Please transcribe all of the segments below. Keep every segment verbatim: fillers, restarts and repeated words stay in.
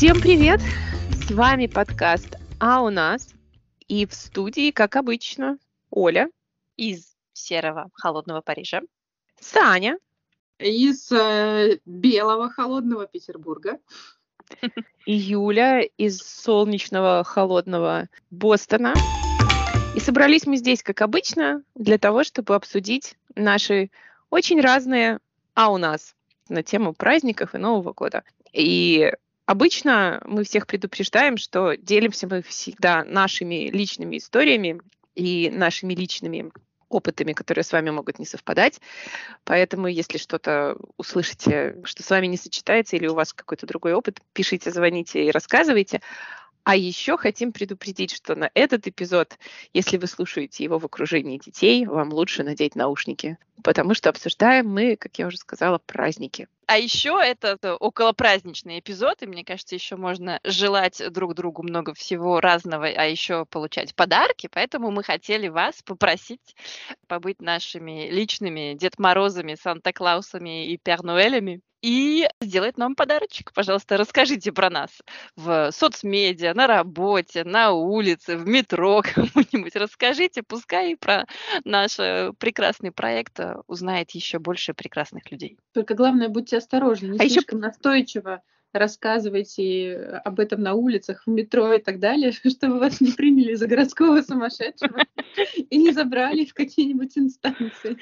Всем привет! С вами подкаст «А у нас» и в студии, как обычно, Оля из серого холодного Парижа, Саня из э, белого холодного Петербурга и Юля из солнечного холодного Бостона. И собрались мы здесь, как обычно, для того, чтобы обсудить наши очень разные «А у нас» на тему праздников и Нового года. И обычно мы всех предупреждаем, что делимся мы всегда нашими личными историями и нашими личными опытами, которые с вами могут не совпадать. Поэтому, если что-то услышите, что с вами не сочетается, или у вас какой-то другой опыт, пишите, звоните и рассказывайте. А еще хотим предупредить, что на этот эпизод, если вы слушаете его в окружении детей, вам лучше надеть наушники, потому что обсуждаем мы, как я уже сказала, праздники. А еще это околопраздничный эпизод, и мне кажется, еще можно желать друг другу много всего разного, а еще получать подарки, поэтому мы хотели вас попросить побыть нашими личными Дед Морозами, Санта-Клаусами и Пер-Нуэлями и сделать нам подарочек. Пожалуйста, расскажите про нас в соцмедиа, на работе, на улице, в метро кому-нибудь. Расскажите, пускай про наш прекрасный проект узнает еще больше прекрасных людей. Только главное, будьте осторожны, не а слишком еще... настойчиво рассказывайте об этом на улицах, в метро и так далее, чтобы вас не приняли за городского сумасшедшего и не забрали в какие-нибудь инстанции.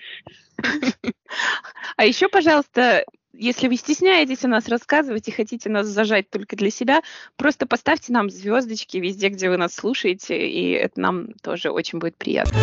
А еще, пожалуйста, если вы стесняетесь о нас рассказывать и хотите нас зажать только для себя, просто поставьте нам звездочки везде, где вы нас слушаете, и это нам тоже очень будет приятно.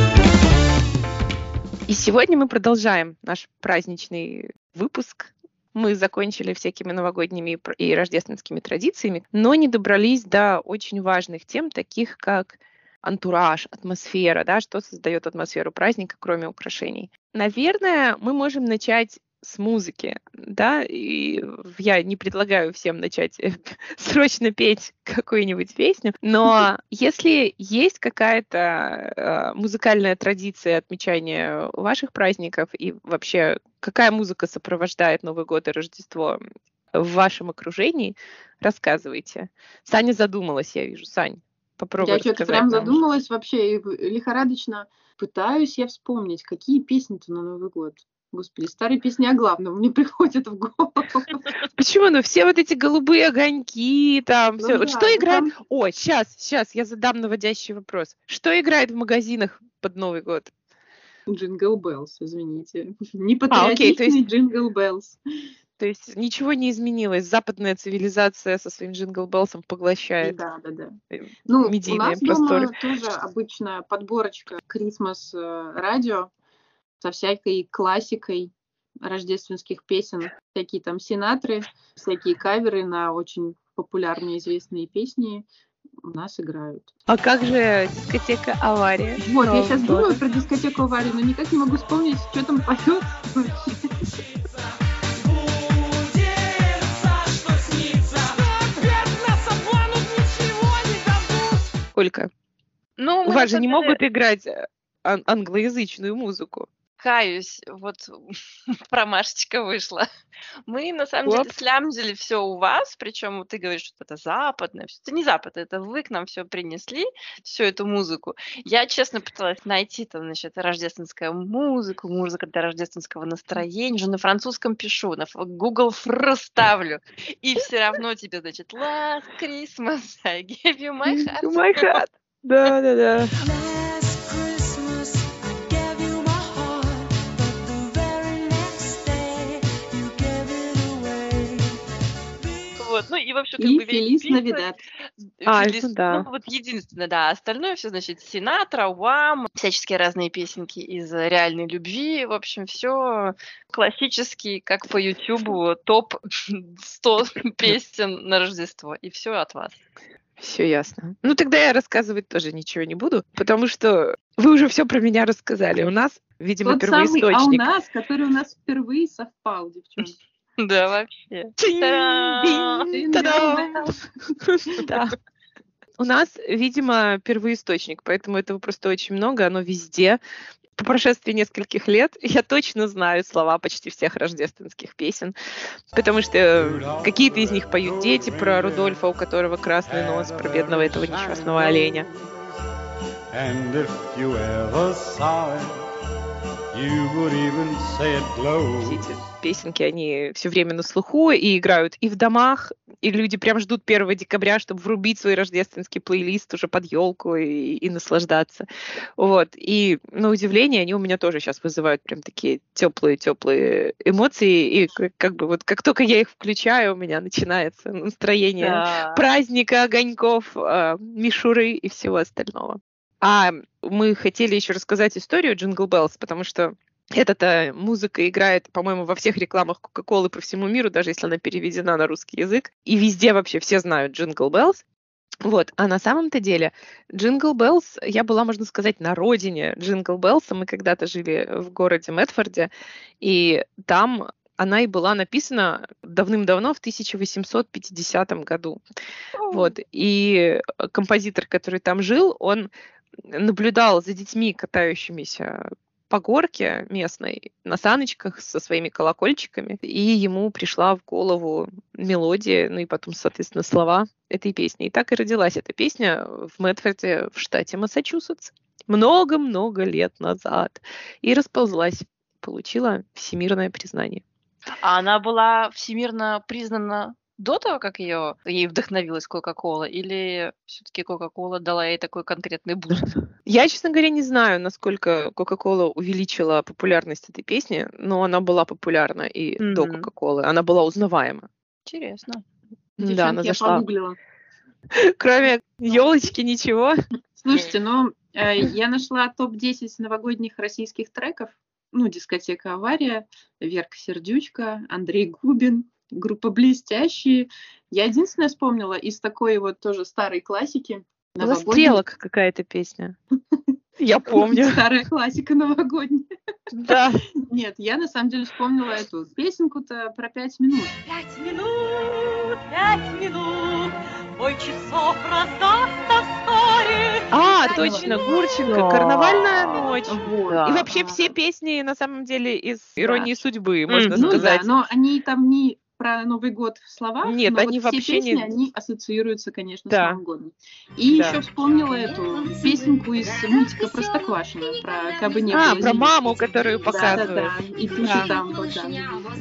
И сегодня мы продолжаем наш праздничный выпуск. Мы закончили всякими новогодними и рождественскими традициями, но не добрались до очень важных тем, таких как антураж, атмосфера, да, что создает атмосферу праздника, кроме украшений. Наверное, мы можем начать с музыки, да, и я не предлагаю всем начать срочно петь какую-нибудь песню, но если есть какая-то э, музыкальная традиция отмечания ваших праздников и вообще какая музыка сопровождает Новый год и Рождество в вашем окружении, рассказывайте. Саня задумалась, я вижу. Сань, попробуй Я рассказать что-то прям нам. задумалась вообще, и лихорадочно пытаюсь я вспомнить, какие песни-то на Новый год. Господи, старые песни о главном мне приходят в голову. Почему? Ну, все вот эти голубые огоньки, там, Ну все. Вот да, что ну играет... там- Ой, сейчас, сейчас, я задам наводящий вопрос. Что играет в магазинах под Новый год? Джингл Беллс, извините. А, окей, то есть, Непатриотичный Джингл Беллс. то есть ничего не изменилось. Западная цивилизация со своим Джингл Беллсом поглощает Да, да, да. э, Ну, у медийные нас просторы. дома тоже обычная подборочка Christmas э, радио со всякой классикой рождественских песен. Всякие там Синатры, всякие каверы на очень популярные известные песни у нас играют. А как же дискотека «Авария»? Вот, я Нового сейчас года? думаю про дискотеку «Аварию», но никак не могу вспомнить, что там поет. Ольга, Ну, у мы, вас на же не самом деле, могут играть э, ан- англоязычную музыку. каюсь, вот промашечка вышла. Мы, на самом Оп. деле, слямзили все у вас, причем ты говоришь, что это западное. всё. Это не западное, это вы к нам все принесли, всю эту музыку. Я, честно, пыталась найти там, значит, рождественскую музыку, музыка для рождественского настроения. Уже на французском пишу, на ф- Google Фр ставлю. И все равно тебе, значит, last Christmas I gave you my heart. My heart. Да, да, да. Last Christmas I gave you my heart, but the very next day you gave it away. Вот. Ну и, в общем, как И бы весь Фелис список. Навидад. А, Фелис- это да. Ну, вот единственное, да. Остальное все, значит, Синатра, Уам, всяческие разные песенки из э, реальной любви. В общем, все классический, как по Ютубу, топ сто песен на Рождество. И все от вас. Все ясно. Ну, тогда я рассказывать тоже ничего не буду, потому что вы уже все про меня рассказали. У нас, видимо, Тот самый «А у первоисточник. нас», который у нас впервые совпал, девчонки. Да, вообще. Чин, Та-дам! бин, та-дам. Да. У нас, видимо, первоисточник, поэтому этого просто очень много, оно везде. по прошествии нескольких лет я точно знаю слова почти всех рождественских песен, потому что какие-то из них поют дети про Рудольфа, у которого красный нос, про бедного этого несчастного оленя. And if you ever saw it, you would even say it glows. Все эти песенки, они все время на слуху и играют и в домах, и люди прям ждут первого декабря, чтобы врубить свой рождественский плейлист уже под елку и, и наслаждаться. Вот. И на удивление они у меня тоже сейчас вызывают прям такие теплые-теплые эмоции. И как, как бы вот как только я их включаю, у меня начинается настроение Да. праздника, огоньков, э, мишуры и всего остального. А мы хотели еще рассказать историю Jingle Bells, потому что эта музыка играет, по-моему, во всех рекламах Кока-Колы по всему миру, даже если она переведена на русский язык. И везде вообще все знают Jingle Bells. Вот. А на самом-то деле Jingle Bells, я была, можно сказать, на родине Jingle Bells. Мы когда-то жили в городе Мэтфорде, и там она и была написана давным-давно, в тысяча восемьсот пятидесятом году. Вот. И композитор, который там жил, он наблюдал за детьми, катающимися по горке местной на саночках со своими колокольчиками, и ему пришла в голову мелодия, ну и потом, соответственно, слова этой песни. И так и родилась эта песня в Мэтфорде в штате Массачусетс много-много лет назад. И расползлась, получила всемирное признание. А она была всемирно признана до того, как ее, ей вдохновилась Кока-Кола, или все-таки Кока-Кола дала ей такой конкретный буст? Я, честно говоря, не знаю, насколько Кока-Кола увеличила популярность этой песни, но она была популярна и до Мгм. Кока-Колы. Она была узнаваема. Интересно. Да, Девчонки, она я зашла. погуглила. Кроме елочки ничего. Слушайте, ну, э, я нашла топ десять новогодних российских треков. Ну, дискотека «Авария», Верка Сердючка, Андрей Губин, группа «Блестящие». Я единственное вспомнила из такой вот тоже старой классики. Была новогодней. «Стрелок» какая-то песня. Я помню. Старая классика новогодняя. Да. Нет, я на самом деле вспомнила эту песенку-то про пять минут. Пять минут, пять минут, бой часов раздастся вскоре. А, Да. точно, Гурченко, Да. «Карнавальная ночь». Вот. Да. И вообще все песни, на самом деле, из «Иронии судьбы», можно Мгм. Ну сказать. да, но они там не про Новый год в словах, Нет, но они вот все вообще песни, не- они ассоциируются, конечно, Да. с Новым годом. И Да. еще вспомнила эту песенку из мультика «Простоквашино», про «Кабы не А, было про зимы». маму, которую показывают. Да-да-да, и тут Да. же там вот, да.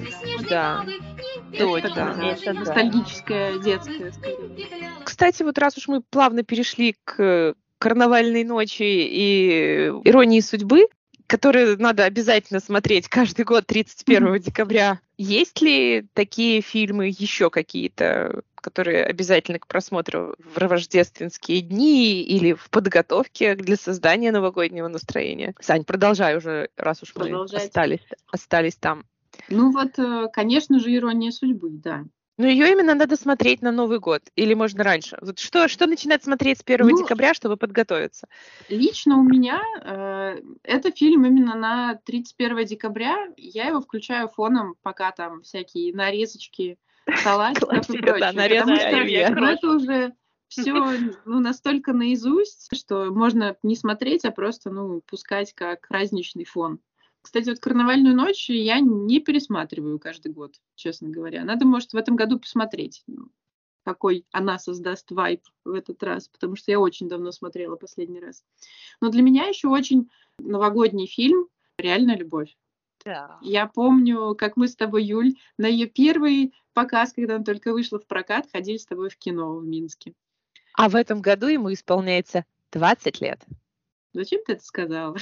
Да. Это Точно. такое, да, Это да. ностальгическое, детское, скорее. Кстати, вот раз уж мы плавно перешли к «Карнавальной ночи» и «Иронии судьбы», которые надо обязательно смотреть каждый год тридцать первого декабря, есть ли такие фильмы еще какие-то, которые обязательно к просмотру в рождественские дни или в подготовке для создания новогоднего настроения? Сань, продолжай уже, раз уж мы Продолжайте. остались, остались там. Ну вот, э, конечно же, «Ирония судьбы», да. Но ее именно надо смотреть на Новый год или можно раньше? Вот что, что начинать смотреть с первого Ну, декабря, чтобы подготовиться? Лично у меня э, это фильм именно на тридцать первого декабря. Я его включаю фоном, пока там всякие нарезочки, салатиков и Классика, прочее. да, нарезка Потому что оливье. ну, это уже все ну, настолько наизусть, что можно не смотреть, а просто ну, пускать как праздничный фон. Кстати, вот «Карнавальную ночь» я не пересматриваю каждый год, честно говоря. Надо, может, в этом году посмотреть, ну, какой она создаст вайб в этот раз, потому что я очень давно смотрела последний раз. Но для меня еще очень новогодний фильм «Реальная любовь». Да. Я помню, как мы с тобой, Юль, на ее первый показ, когда она только вышла в прокат, ходили с тобой в кино в Минске. А в этом году ему исполняется двадцать лет. Зачем ты это сказала?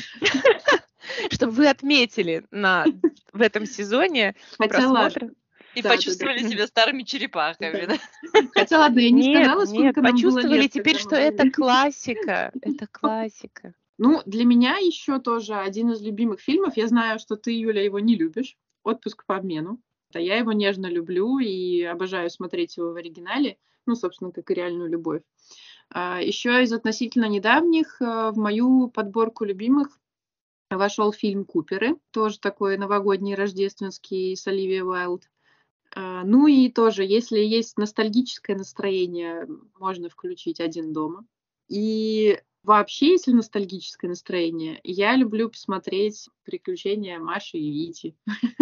Чтобы вы отметили на, в этом сезоне Хотя ладно, просмотр. И Да, да, почувствовали да. себя старыми черепахами, Да. да? хотя ладно, я не Нет, сказала, нет, сколько нам было почувствовали лет, теперь, когда что мы это были. классика. Это классика. Ну, для меня еще тоже один из любимых фильмов. Я знаю, что ты, Юля, его не любишь. «Отпуск по обмену». А я его нежно люблю и обожаю смотреть его в оригинале. Ну, собственно, как и «Реальную любовь». А, еще из относительно недавних а, в мою подборку любимых вошел фильм «Куперы». Тоже такой новогодний, рождественский с Оливией Уайлд. А, ну и тоже, если есть ностальгическое настроение, можно включить «Один дома». И Вообще, если ностальгическое настроение, я люблю посмотреть «Приключения Маши и Вити».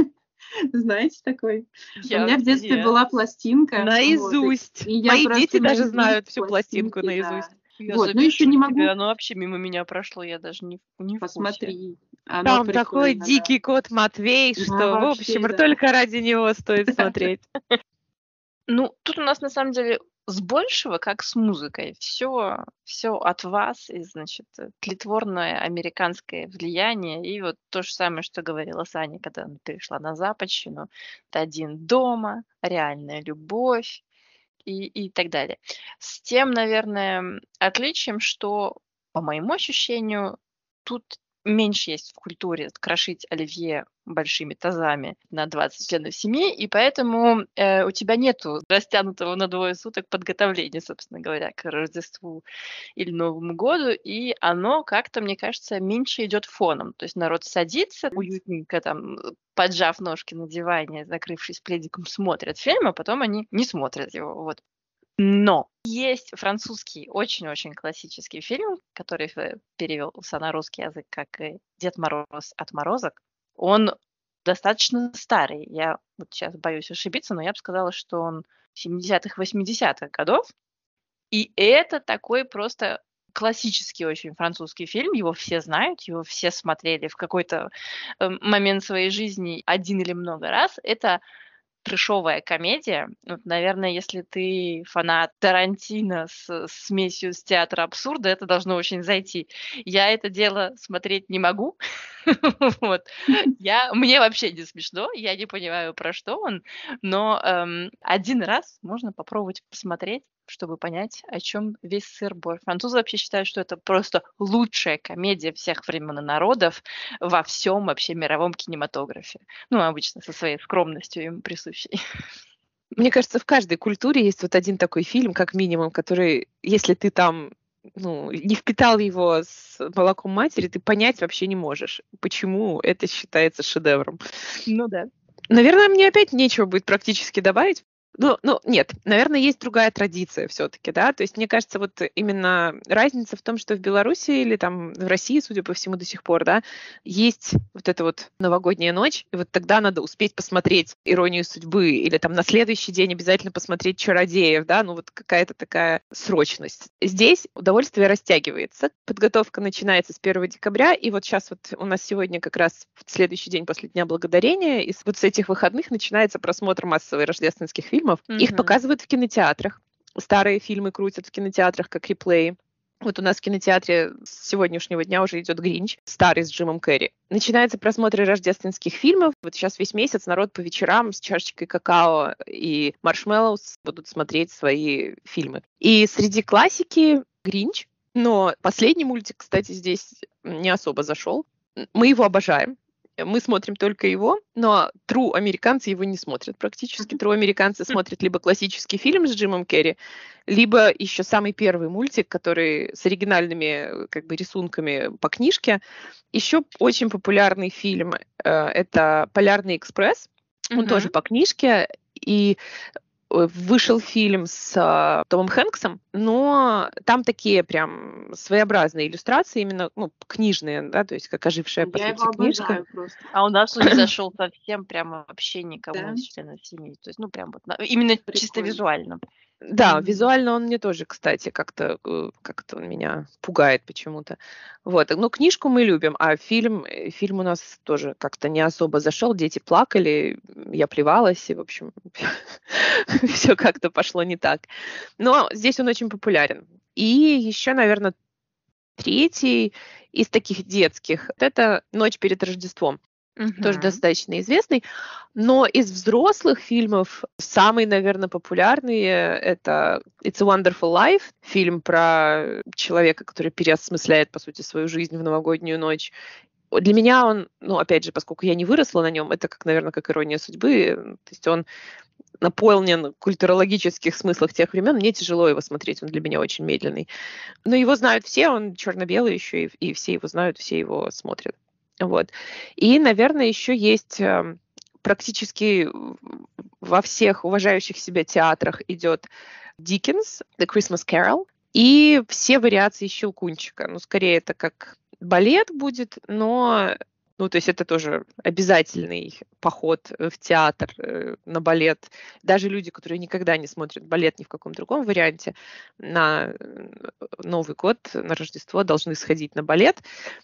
Знаете такой? У Я меня в детстве нет. была пластинка, вот, и, Наизусть. и я Мои просто дети даже наизусть знают всю пластинку пластинки, да. наизусть. Я Вот, но еще запишу не себе, могу. оно вообще мимо меня прошло, я даже не, в- не в курсе. Посмотри, оно Там такой прикольно, да. дикий кот Матвей, Да, что, в общем, вообще, да. только ради него стоит смотреть. Ну, тут у нас на самом деле с большего, как с музыкой. Все, все от вас, и, значит, э, тлетворное американское влияние. И вот то же самое, что говорила Саня, когда она перешла на западщину. Это «Один дома», «Реальная любовь» и, и так далее. С тем, наверное, м, отличием, что, по моему ощущению, тут меньше есть в культуре крошить оливье большими тазами на двадцать членов семьи, и поэтому э, у тебя нету растянутого на двое суток подготовления, собственно говоря, к Рождеству или Новому году, и оно как-то, мне кажется, меньше идет фоном. То есть народ садится уютненько, там, э, поджав ножки на диване, закрывшись пледиком, смотрят фильм, а потом они не смотрят его. Вот. Но есть французский очень-очень классический фильм, который э, перевелся на русский язык как э, «Дед Мороз от морозок». Он достаточно старый. Я вот сейчас боюсь ошибиться, но я бы сказала, что он семидесятых, восьмидесятых годов. И это такой просто классический очень французский фильм. Его все знают, его все смотрели в какой-то э, момент своей жизни один или много раз. Это трэшовая комедия. Вот, наверное, если ты фанат Тарантино с, с смесью с театра абсурда, это должно очень зайти. Я это дело смотреть не могу. Вот. Я, мне вообще не смешно, я не понимаю, про что он, но эм, один раз можно попробовать посмотреть, чтобы понять, о чем весь сыр-бор. Французы вообще считают, что это просто лучшая комедия всех времен и народов во всем вообще мировом кинематографе. Ну, обычно со своей скромностью им присущей. Мне кажется, в каждой культуре есть вот один такой фильм, как минимум, который, если ты там ну, не впитал его с молоком матери, ты понять вообще не можешь, почему это считается шедевром. Ну да. Наверное, мне опять нечего будет практически добавить. Ну, ну, нет, наверное, есть другая традиция все-таки, да, то есть мне кажется, вот именно разница в том, что в Беларуси или там в России, судя по всему, до сих пор, да, есть вот эта вот новогодняя ночь, и вот тогда надо успеть посмотреть «Иронию судьбы» или там на следующий день обязательно посмотреть «Чародеев», да, ну вот какая-то такая срочность. Здесь удовольствие растягивается, подготовка начинается с первого декабря, и вот сейчас вот у нас сегодня как раз следующий день после Дня Благодарения, и вот с этих выходных начинается просмотр массовый рождественских фильмов. Их Мгм. показывают в кинотеатрах. Старые фильмы крутят в кинотеатрах, как реплей. Вот у нас в кинотеатре с сегодняшнего дня уже идет «Гринч», старый с Джимом Керри. Начинается просмотр рождественских фильмов. Вот сейчас весь месяц народ по вечерам с чашечкой какао и маршмеллоус будут смотреть свои фильмы. И среди классики «Гринч», но последний мультик, кстати, здесь не особо зашел. Мы его обожаем. Мы смотрим только его, но true американцы его не смотрят практически. True американцы смотрят либо классический фильм с Джимом Керри, либо еще самый первый мультик, который с оригинальными как бы рисунками по книжке. Еще очень популярный фильм э, это «Полярный экспресс». Он Мгм. тоже по книжке. И э, вышел фильм с э, Томом Хэнксом, но там такие прям своеобразные иллюстрации, именно ну, книжные, да, то есть как ожившая по Я сути его книжка. обожаю просто. А у нас он не зашел совсем, прямо вообще никому Да? из членов семьи. То есть, ну, прям вот, на- именно чисто Прикольно. визуально. Да, Мгм. визуально он мне тоже как-то как-то э, как-то он меня пугает почему-то. Вот, ну книжку мы любим, а фильм э, фильм у нас тоже как-то не особо зашел. Дети плакали, я плевалась, и в общем все как-то пошло не так. Но здесь он очень популярен. И еще, наверное, третий из таких детских вот это «Ночь перед Рождеством». Тоже Мгм. достаточно известный. Но из взрослых фильмов самый, наверное, популярный э, это «It's a Wonderful Life», фильм про человека, который переосмысляет, по сути, свою жизнь в новогоднюю ночь. Для меня он, ну, опять же, поскольку я не выросла на нем, это, как, наверное, как «Ирония судьбы», то есть он наполнен культурологических смыслах тех времен, мне тяжело его смотреть, он для меня очень медленный. Но его знают все, он черно-белый еще, и, и все его знают, все его смотрят. Вот. И, наверное, еще есть э, практически во всех уважающих себя театрах идет Диккенс, The Christmas Carol. и все вариации Щелкунчика. Ну, скорее, это как балет будет, но, ну, то есть это тоже обязательный поход в театр э, на балет. Даже люди, которые никогда не смотрят балет ни в каком другом варианте, на э, Новый год, на Рождество должны сходить на балет.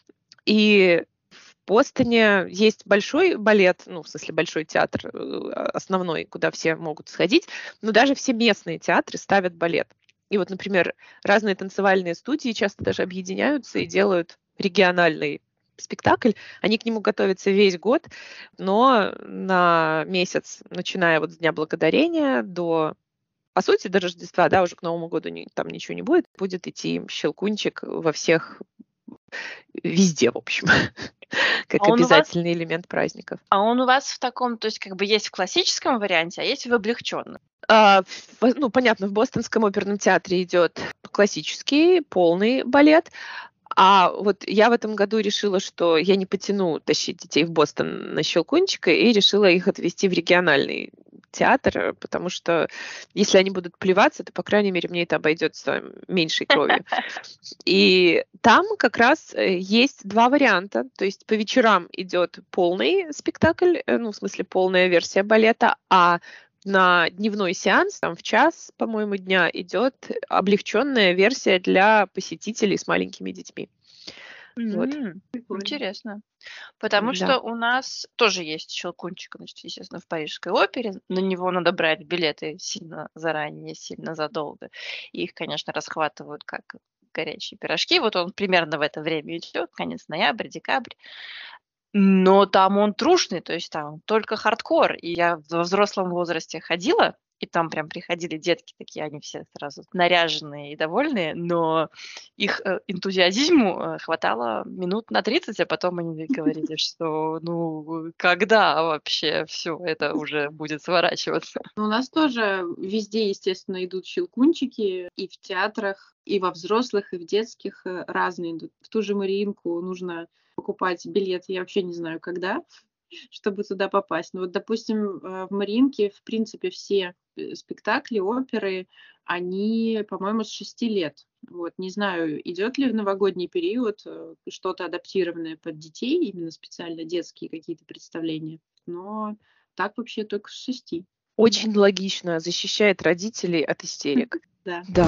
И в Бостоне есть большой балет, ну, в смысле, большой театр э, основной, куда все могут сходить, но даже все местные театры ставят балет. И вот, например, разные танцевальные студии часто даже объединяются и делают региональный спектакль. Они к нему готовятся весь год, но на месяц, начиная вот с Дня Благодарения до, по сути, до Рождества, да, уже к Новому году не, там ничего не будет, будет идти Щелкунчик во всех, везде, в общем, как А он у вас, обязательный элемент праздников. а он у вас в таком, то есть как бы есть в классическом варианте, а есть в облегченном. А, в- ну, понятно, в Бостонском оперном театре идет классический, полный балет. А вот я в этом году решила, что я не потяну тащить детей в Бостон на Щелкунчика, и решила их отвезти в региональный театр, потому что если они будут плеваться, то, по крайней мере, мне это обойдется меньшей кровью. И там как раз э, есть два варианта. То есть по вечерам идет полный спектакль, э, ну, в смысле, полная версия балета, а на дневной сеанс, там в час, по-моему, дня идет облегченная версия для посетителей с маленькими детьми. Вот. М, Прикольно. Интересно. Потому Да. что у нас тоже есть Щелкунчик, значит, естественно, в Парижской опере. На него надо брать билеты сильно заранее, сильно задолго. И их, конечно, расхватывают как горячие пирожки. Вот он примерно в это время идет, конец ноября, декабрь. Но там он трушный, то есть там только хардкор. И я во взрослом возрасте ходила, и там прям приходили детки такие, они все сразу наряженные и довольные, но их э, энтузиазму э, хватало минут на тридцать, а потом они говорили, что ну когда вообще все это уже будет сворачиваться. Ну, у нас тоже везде, естественно, идут щелкунчики, и в театрах, и во взрослых, и в детских э, разные идут. В ту же Мариинку нужно покупать билет, я вообще не знаю, когда, чтобы туда попасть. Но вот, допустим, э, в Мариинке, в принципе, все э, спектакли, оперы, они, по-моему, с шести лет. Вот, не знаю, идет ли в новогодний период э, что-то адаптированное под детей, именно специально детские какие-то представления. Но так вообще только с шести. Очень логично, защищает родителей от истерик. Да. Да.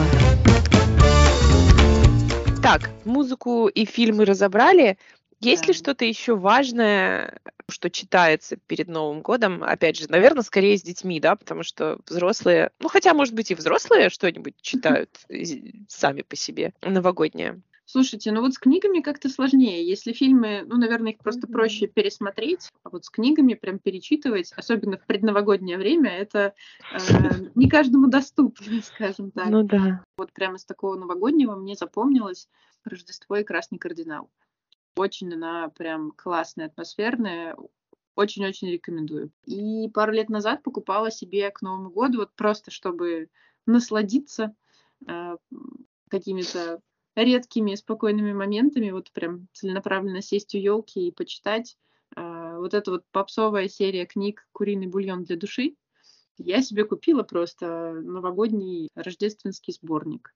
Так, музыку и фильмы разобрали. Есть ли Да. что-то еще важное, что читается перед Новым годом? Опять же, наверное, скорее с детьми, да, потому что взрослые, ну хотя, может быть, и взрослые что-нибудь читают и- сами по себе новогоднее. Слушайте, ну вот с книгами как-то сложнее. Если фильмы, ну, наверное, их просто Мгм. проще пересмотреть, а вот с книгами прям перечитывать, особенно в предновогоднее время, это э, не каждому доступно, скажем так. Ну да. Вот прямо из такого новогоднего мне запомнилось «Рождество и красный кардинал». Очень она прям классная, атмосферная. Очень-очень рекомендую. И пару лет назад покупала себе к Новому году, вот просто чтобы насладиться э, какими-то редкими спокойными моментами, вот прям целенаправленно сесть у елки и почитать. Э, вот эта вот попсовая серия книг «Куриный бульон для души». Я себе купила просто новогодний рождественский сборник.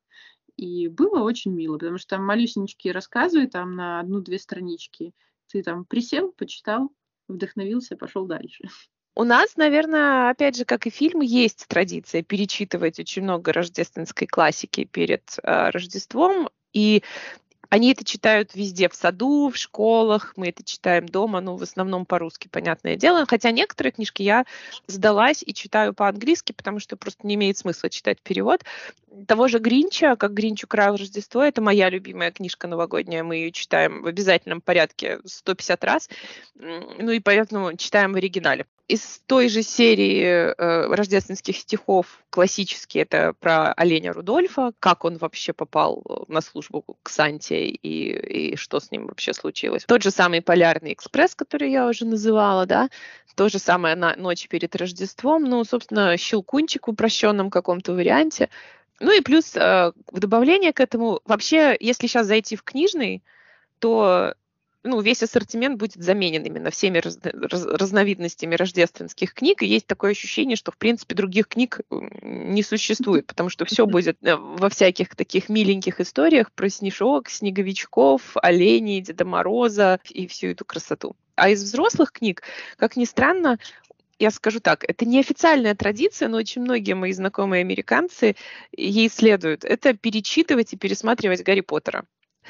И было очень мило, потому что там малюсенькие рассказы, там на одну-две странички. Ты там присел, почитал, вдохновился, пошел дальше. У нас, наверное, опять же, как и фильмы, есть традиция перечитывать очень много рождественской классики перед э, Рождеством. И они это читают везде, в саду, в школах, мы это читаем дома, ну, в основном по-русски, понятное дело. Хотя некоторые книжки я сдалась и читаю по-английски, потому что просто не имеет смысла читать перевод. Того же Гринча, как Гринч украл Рождество, это моя любимая книжка новогодняя, мы ее читаем в обязательном порядке сто пятьдесят раз, М, ну и поэтому читаем в оригинале. Из той же серии э, рождественских стихов классические, это про оленя Рудольфа, как он вообще попал э, на службу к Санте и, и что с ним вообще случилось. Тот же самый «Полярный экспресс», который я уже называла, да, то же самое на «Ночь перед Рождеством», ну, собственно, «Щелкунчик» в упрощенном каком-то варианте. Ну и плюс э, в добавление к этому, вообще, если сейчас зайти в книжный, то ну, весь ассортимент будет заменен именно всеми раз- раз- разновидностями рождественских книг, и есть такое ощущение, что, в принципе, других книг м, не существует, потому что все будет э, во всяких таких миленьких историях про снежок, снеговичков, оленей, Деда Мороза и всю эту красоту. А из взрослых книг, как ни странно, я скажу так, это неофициальная традиция, но очень многие мои знакомые американцы ей следуют. Это перечитывать и пересматривать Гарри Поттера.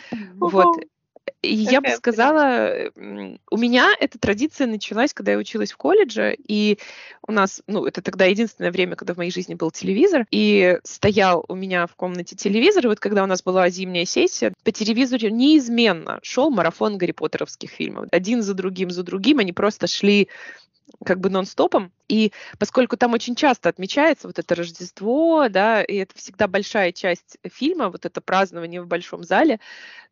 Вот. Ого. И я бы Какая сказала, м, у меня эта традиция началась, когда я училась в колледже, и у нас, ну, это тогда единственное время, когда в моей жизни был телевизор, и стоял у меня в комнате телевизор, и вот когда у нас была зимняя сессия, по телевизору неизменно шел марафон Гарри Поттеровских фильмов. Один за другим, за другим, они просто шли как бы нон-стопом, и поскольку там очень часто отмечается вот это Рождество, да, и это всегда большая часть фильма, вот это празднование в большом зале,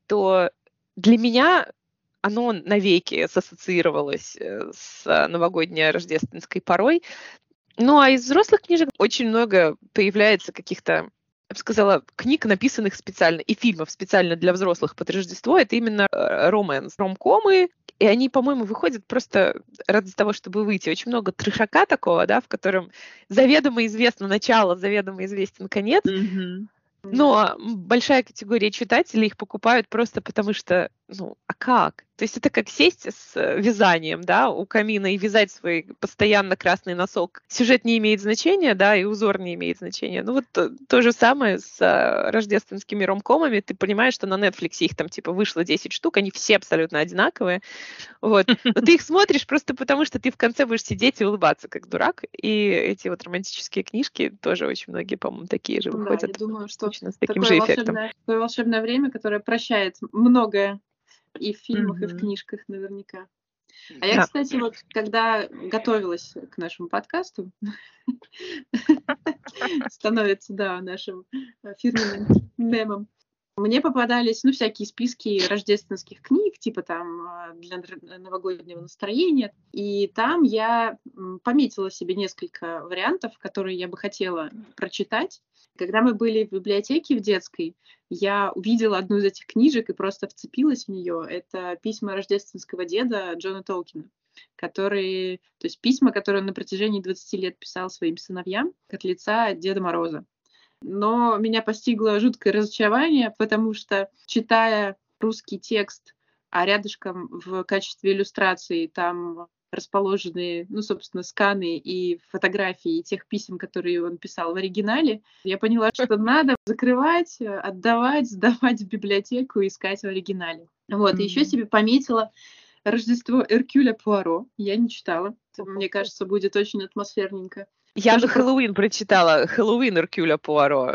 то для меня оно навеки ассоциировалось э, с э, новогодней рождественской порой. Ну, а из взрослых книжек очень много появляется каких-то, я бы сказала, книг, написанных специально, и фильмов специально для взрослых под Рождество. Это именно э, романс, ромкомы, и они, по-моему, выходят просто ради того, чтобы выйти. Очень много трешака такого, да, в котором заведомо известно начало, заведомо известен конец, Мгм. но м, большая категория читателей их покупают просто потому что, ну, а как? То есть это как сесть с э, вязанием, да, у камина и вязать свой постоянно красный носок. Сюжет не имеет значения, да, и узор не имеет значения. Ну вот то, то же самое с э, рождественскими ромкомами. Ты понимаешь, что на Netflix их там типа вышло десять штук, они все абсолютно одинаковые. Вот. Но ты их смотришь просто потому, что ты в конце будешь сидеть и улыбаться, как дурак. И эти вот романтические книжки тоже очень многие, по-моему, такие же Да, я выходят. думаю, что Точно с таким такое же эффектом. волшебное, такое волшебное время, которое прощает многое и в фильмах, и в Мгм. книжках наверняка. А я, Да. кстати, вот когда готовилась к нашему подкасту, становится, да, нашим э, фирменным мемом, мне попадались, ну, всякие списки рождественских книг, типа там а, для нр- новогоднего настроения. И там я м, пометила себе несколько вариантов, которые я бы хотела прочитать. Когда мы были в библиотеке в детской, я увидела одну из этих книжек и просто вцепилась в нее. Это «Письма рождественского деда» Джона Толкина, которые, то есть письма, которые он на протяжении двадцати лет писал своим сыновьям от лица Деда Мороза. Но меня постигло жуткое разочарование, потому что, читая русский текст, а рядышком в качестве иллюстрации там расположены, ну, собственно, сканы и фотографии тех писем, которые он писал в оригинале, я поняла, что надо закрывать, э, отдавать, сдавать в библиотеку и искать в оригинале. Вот, и еще Мгм. себе пометила «Рождество Эркюля Пуаро». Я не читала. Это, мне кажется, будет очень атмосферненько. Я Тоже бы про... Хэллоуин прочитала, Хэллоуин Эркюля Пуаро.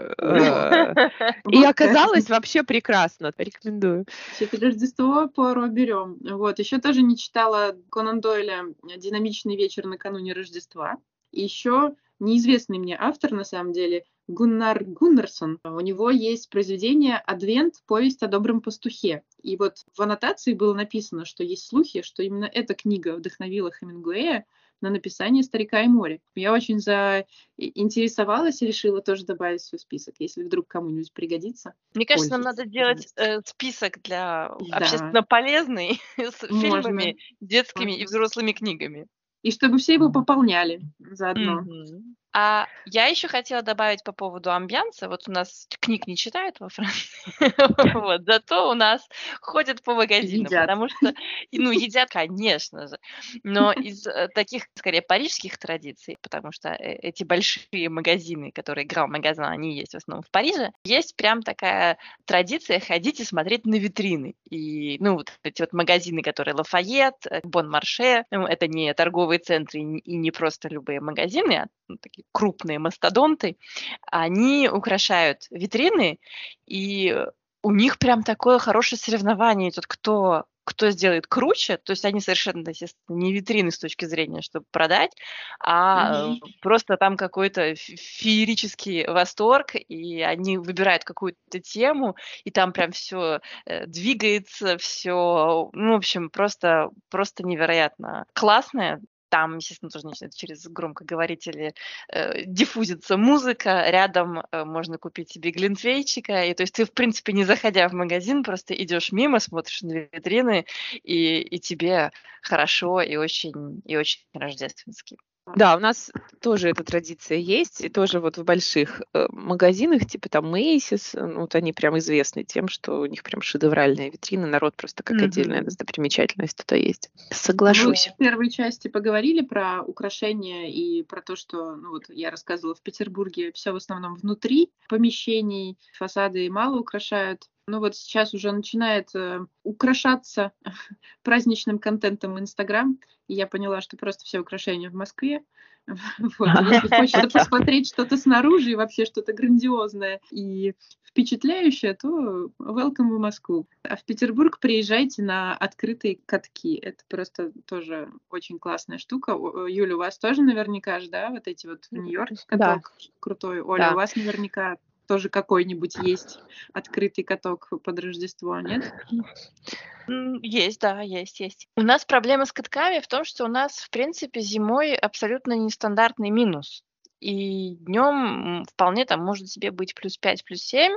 э, И Вот как. оказалось вообще прекрасно. Рекомендую. Значит, Рождество Пуаро берем. Вот. Еще тоже не читала Конан Дойля «Динамичный вечер накануне Рождества». И еще неизвестный мне автор, на самом деле, Гуннар Гуннарсон. У него есть произведение «Адвент. Повесть о добром пастухе». И вот в аннотации было написано, что есть слухи, что именно эта книга вдохновила Хемингуэя на написание «Старика и море». Я очень заинтересовалась и решила тоже добавить в свой список, если вдруг кому-нибудь пригодится. Мне кажется, нам надо Пользуйтесь, делать пожалуйста. э, список для Да, общественно полезный с можно, фильмами, детскими и можно. взрослыми книгами. И чтобы все его пополняли заодно. Мгм. А я еще хотела добавить по поводу амбианса. Вот у нас книг не читают во Франции, вот, зато у нас ходят по магазинам, Едят. потому что, и, ну, едят, конечно же, но из э, таких, скорее, парижских традиций, потому что э, эти большие магазины, которые Гранд-магазин, они есть в основном в Париже, есть прям такая традиция ходить и смотреть на витрины. И, ну, вот эти вот магазины, которые Лафайет, э, Бон-Марше, ну, это не торговые центры и не и не просто любые магазины, а ну, такие крупные мастодонты, они украшают витрины, и у них прям такое хорошее соревнование идет, кто, кто сделает круче. То есть они совершенно, естественно, не витрины с точки зрения, чтобы продать, а Мгм. э, просто там какой-то фе- феерический восторг, и они выбирают какую-то тему, и там прям все двигается, все, ну, в общем, просто, просто невероятно классное. там, естественно, тоже начинает через громкоговорители э, диффузится музыка, рядом э, можно купить себе глинтвейчика, и то есть ты, в принципе, не заходя в магазин, просто идешь мимо, смотришь на витрины, и, и тебе хорошо и очень, и очень рождественски. Да, у нас тоже эта традиция есть, и тоже вот в больших э, магазинах, типа там Macy's, э, ну, вот они прям известны тем, что у них прям шедевральные витрины, народ просто как отдельная Мгм. достопримечательность туда есть. Вы Соглашусь. в первой части поговорили про украшения и про то, что, ну вот я рассказывала, в Петербурге все в основном внутри помещений, фасады мало украшают. Ну вот сейчас уже начинает э, украшаться праздничным контентом Инстаграм, и я поняла, что просто все украшения в Москве. Вот, и если хочется посмотреть что-то снаружи и вообще что-то грандиозное и впечатляющее, то welcome в Москву. А в Петербург приезжайте на открытые катки. Это просто тоже очень классная штука. О, Юля, у вас тоже наверняка же, да, вот эти вот в Нью-Йорке Да, каток крутой. Оля, у да. вас наверняка тоже какой-нибудь есть открытый каток под Рождество, нет? М, Есть, да, есть, есть. У нас проблема с катками в том, что у нас, в принципе, зимой абсолютно нестандартный минус. И днем вполне там может себе быть плюс пять, плюс семь,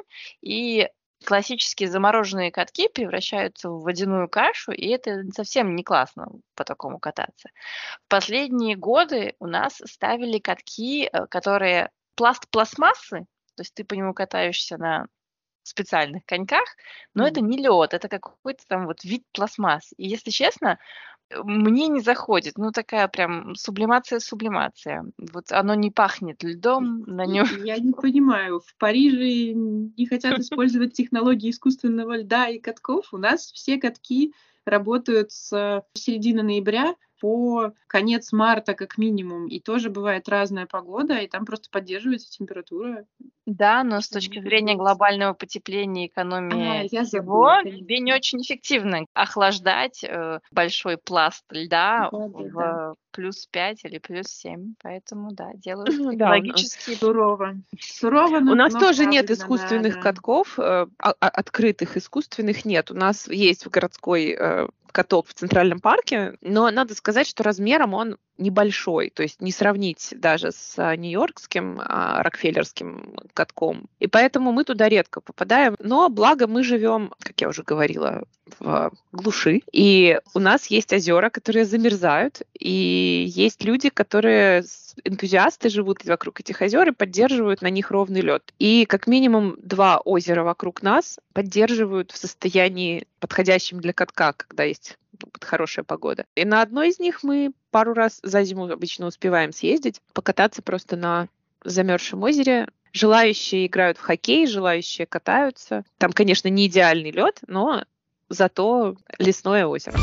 и классические замороженные катки превращаются в водяную кашу, и это совсем не классно по такому кататься. В последние годы у нас ставили катки, э, которые пласт пластмассы, то есть ты по нему катаешься на специальных коньках, но это Мгм. не лед, это какой-то там вот вид пластмасс. И если честно, э, мне не заходит. Ну, такая прям сублимация-сублимация. Вот оно не пахнет льдом, на И- нем. Я не понимаю, в Париже не хотят использовать технологии искусственного льда и катков. У нас все катки работают с середины ноября по конец марта как минимум. И тоже бывает разная погода, и там просто поддерживается температура. Да, но с Что точки могут зрения делать. глобального потепления, А, экономии я всего, забыла, тебе не конечно. очень эффективно охлаждать э, большой пласт льда Да, да, да. в плюс пять или плюс семь. Поэтому, да, делают Да, у нас экологические. Сурово. Сурово, У но, нас но тоже нет правильно, да, искусственных да. катков, э, а- а- открытых искусственных нет. У нас есть в городской э, каток в Центральном парке, но надо сказать, что размером он небольшой, то есть не сравнить даже с а, нью-йоркским, а, рокфеллерским катком. И поэтому мы туда редко попадаем. Но благо мы живем, как я уже говорила, в глуши. И у нас есть озера, которые замерзают, и есть люди, которые с- энтузиасты живут вокруг этих озер и поддерживают на них ровный лед. И как минимум два озера вокруг нас поддерживают в состоянии подходящем для катка, когда есть ну, вот хорошая погода. И на одной из них мы пару раз за зиму обычно успеваем съездить, покататься просто на замерзшем озере. Желающие играют в хоккей, желающие катаются. Там, конечно, не идеальный лед, но зато лесное озеро.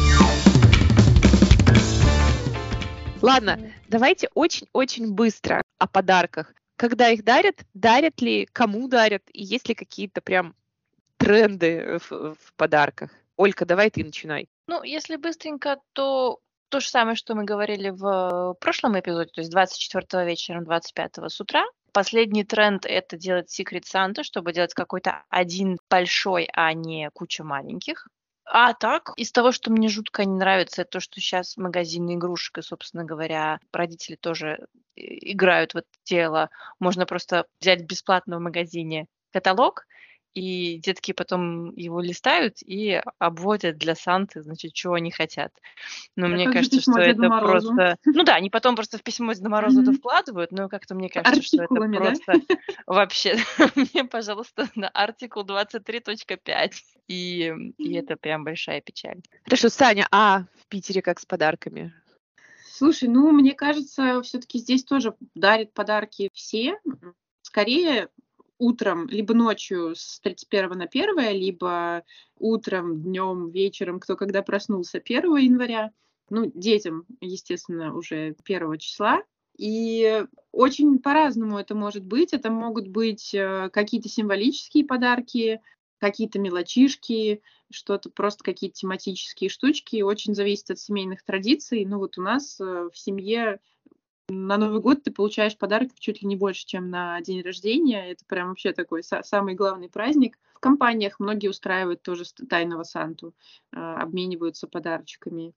Ладно, давайте очень-очень быстро о подарках. Когда их дарят, дарят ли, кому дарят, и есть ли какие-то прям тренды в, в подарках? Олька, давай ты начинай. Ну, если быстренько, то то же самое, что мы говорили в прошлом эпизоде, то есть двадцать четвёртого вечером, двадцать пятого с утра. Последний тренд — это делать Secret Santa, чтобы делать какой-то один большой, а не куча маленьких. А так, из того, что мне жутко не нравится, это то, что сейчас магазины игрушек, и, собственно говоря, родители тоже э, играют в это дело. Можно просто взять бесплатно в магазине каталог, и детки потом его листают и обводят для Санты, значит, чего они хотят. Но А мне как же кажется, письмо что Деду это Морозу? просто... Ну да, они потом просто в письмо Деда Мороза это Мгм. вкладывают, но как-то мне С кажется, что это артикулами, да? просто вообще... Мне, пожалуйста, на артикул двадцать три точка пять. И, и это прям большая печаль. Хорошо, Саня, а в Питере как с подарками? Слушай, ну, мне кажется, все-таки здесь тоже дарят подарки все. М, Скорее утром, либо ночью с тридцать первого на первое, либо утром, днем, вечером, кто когда проснулся первого января. Ну, детям, естественно, уже первого числа. И очень по-разному это может быть. Это могут быть э, какие-то символические подарки, какие-то мелочишки, что-то просто какие-то тематические штучки. Очень зависит от семейных традиций. Ну вот у нас э, в семье на Новый год ты получаешь подарок чуть ли не больше, чем на день рождения. Это прям вообще такой са- самый главный праздник. В компаниях многие устраивают тоже ст- тайного Санту, э, обмениваются подарочками.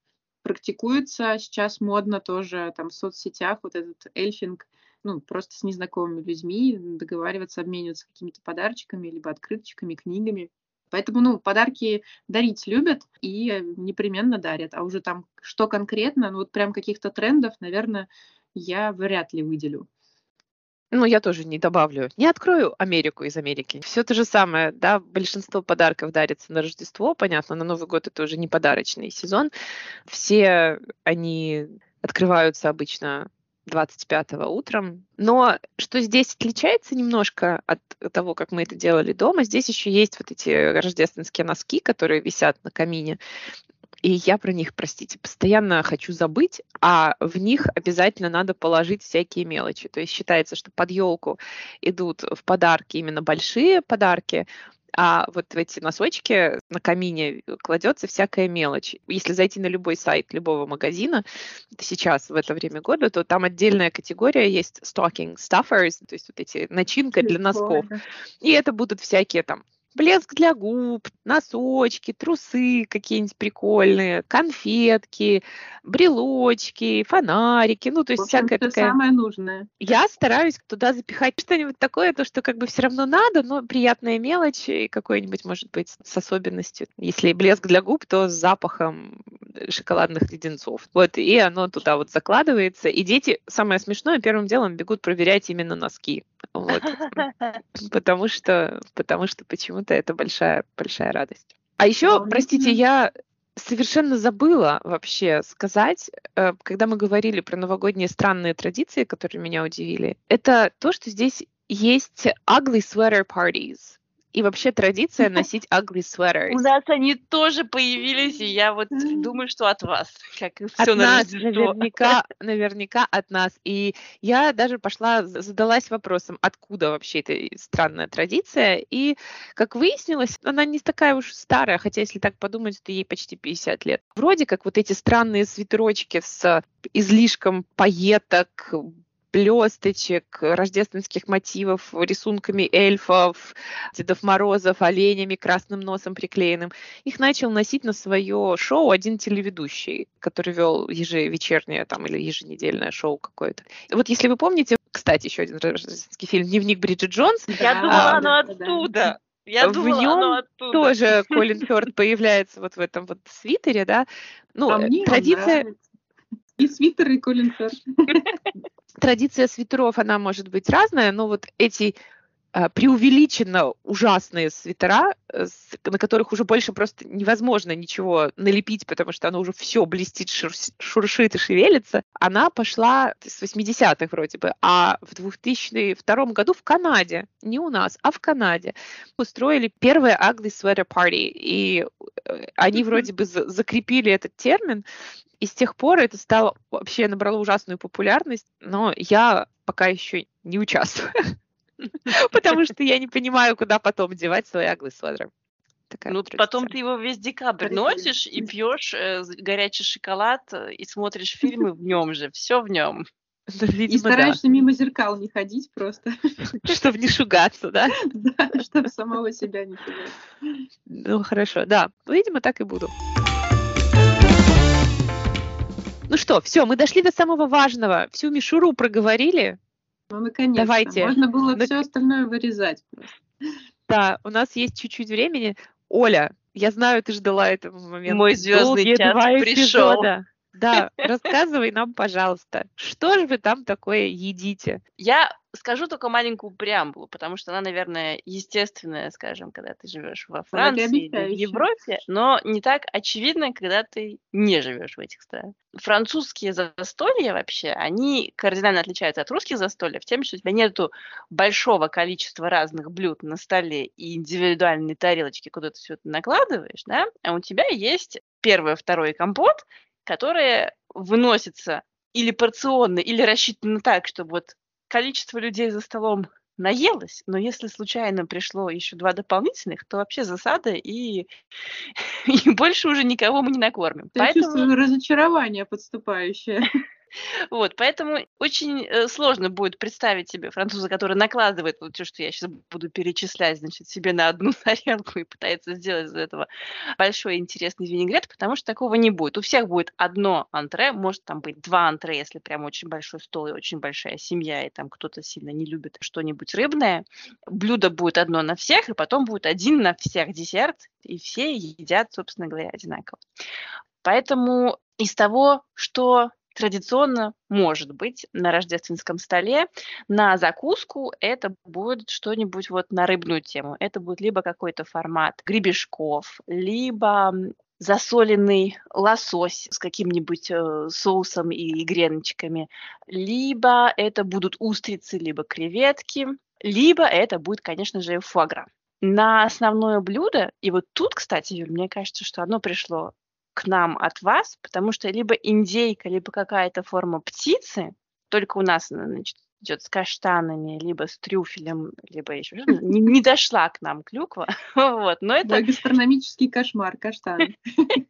практикуется. Сейчас модно тоже там в соцсетях вот этот эльфинг, ну, просто с незнакомыми людьми договариваться, обмениваться какими-то подарочками, либо открыточками, книгами. Поэтому, ну, подарки дарить любят и непременно дарят. А уже там что конкретно, ну, вот прям каких-то трендов, наверное, я вряд ли выделю. Ну, я тоже не добавлю. Не открою Америку из Америки. Все то же самое, да, большинство подарков дарится на Рождество, понятно, на Новый год это уже не подарочный сезон. Все они открываются обычно двадцать пятого утром. Но что здесь отличается немножко от того, как мы это делали дома, здесь еще есть вот эти рождественские носки, которые висят на камине. И я про них, простите, постоянно хочу забыть, а в них обязательно надо положить всякие мелочи. То есть считается, что под елку идут в подарки именно большие подарки, а вот в эти носочки на камине кладется всякая мелочь. Если зайти на любой сайт любого магазина, это сейчас, в это время года, то там отдельная категория есть stocking stuffers, то есть вот эти начинка для носков. Прикольно. И это будут всякие там блеск для губ, носочки, трусы какие-нибудь прикольные, конфетки, брелочки, фонарики, ну, то В есть общем, всякая все такая... самое нужное. Я стараюсь туда запихать что-нибудь такое, то, что как бы все равно надо, но приятная мелочь и какой-нибудь, может быть, с особенностью. Если блеск для губ, то с запахом шоколадных леденцов. Вот, и оно туда вот закладывается. И дети, самое смешное, первым делом бегут проверять именно носки. Вот. Потому что, потому что почему-то это большая, большая радость. А еще, Волнительно. простите, я совершенно забыла вообще сказать, э, когда мы говорили про новогодние странные традиции, которые меня удивили, это то, что здесь есть ugly sweater parties. И вообще традиция носить ugly У sweaters. нас они тоже появились, и я вот думаю, что от вас, как и От все на нас, Рождество. наверняка, наверняка от нас. И я даже пошла, з- задалась вопросом, откуда вообще эта странная традиция. И, как выяснилось, она не такая уж старая, хотя, если так подумать, то ей почти пятьдесят лет. Вроде как вот эти странные свитерочки с излишком пайеток, блесточек, рождественских мотивов, рисунками эльфов, Дедов Морозов, оленями, красным носом приклеенным. Их начал носить на свое шоу один телеведущий, который вел ежевечернее там, или еженедельное шоу какое-то. Вот если вы помните, кстати, еще один рождественский фильм «Дневник Бриджит Джонс», Я Да, думала, а, оно да, да. оттуда. Я в думала, оно нем оттуда. тоже Колин Фёрд появляется вот в этом вот свитере, да. Ну, А э, мне он традиция, нравится. И свитер, и Колин Фёрд. традиция свитеров, она может быть разная, но вот эти а, преувеличенно ужасные свитера, э, с- на которых уже больше просто невозможно ничего налепить, потому что оно уже все блестит, шурс- шуршит и шевелится, она пошла с восьмидесятых вроде бы, а в две тысячи втором году в Канаде, не у нас, а в Канаде, устроили первое Ugly Sweater Party, и э, они вроде бы за- закрепили этот термин, и с тех пор это стало вообще набрало ужасную популярность, но я пока еще не участвую. Потому что я не понимаю, куда потом девать свой ugly sweater. Такая Ну, вот потом традиция. ты его весь декабрь Прикольно. носишь и пьешь э, з- горячий шоколад э, и смотришь фильмы в нем же. Все в нем. Да, И видимо, да. стараешься мимо зеркал не ходить просто, Чтобы не шугаться, да? да, чтобы самого себя не пугать. Ну, хорошо, да. Видимо, так и буду. Ну что, все, мы дошли до самого важного. Всю мишуру проговорили. Ну, наконец-то. Давайте. Можно было Нак- все остальное вырезать просто. Да, у нас есть чуть-чуть времени. Оля, я знаю, ты ждала этого момента Мой звездный долгие час два пришел. эпизода. Да, рассказывай нам, пожалуйста, что же вы там такое едите? Я скажу только маленькую преамбулу, потому что она, наверное, естественная, скажем, когда ты живешь во Франции или в Многообещающе. Европе, но не так очевидно, когда ты не живешь в этих странах. Французские застолья вообще, они кардинально отличаются от русских застольев тем, что у тебя нету большого количества разных блюд на столе и индивидуальной тарелочки, куда ты все это накладываешь, да, а у тебя есть первый, второй компот, которые выносятся или порционно, или рассчитаны так, чтобы вот количество людей за столом наелось, но если случайно пришло еще два дополнительных, то вообще засада, и, и больше уже никого мы не накормим. Я Поэтому чувствую разочарование подступающее. Вот, поэтому очень э, сложно будет представить себе француза, который накладывает вот то, что я сейчас буду перечислять, значит, себе на одну тарелку и пытается сделать из этого большой интересный винегрет, потому что такого не будет. У всех будет одно антре, может там быть два антре, если прям очень большой стол и очень большая семья, и там кто-то сильно не любит что-нибудь рыбное. Блюдо будет одно на всех, и потом будет один на всех десерт, и все едят, собственно говоря, одинаково. Поэтому из того, что традиционно может быть на рождественском столе, на закуску это будет что-нибудь вот на рыбную тему. Это будет либо какой-то формат гребешков, либо засоленный лосось с каким-нибудь э, соусом и греночками, либо это будут устрицы, либо креветки, либо это будет, конечно же, фуагра. На основное блюдо, и вот тут, кстати, Юль, мне кажется, что оно пришло к нам от вас, потому что либо индейка, либо какая-то форма птицы, только у нас, значит, идет с каштанами, либо с трюфелем, либо еще что-то. Не, не дошла к нам клюква. Вот, но это... Мой гастрономический кошмар, каштаны.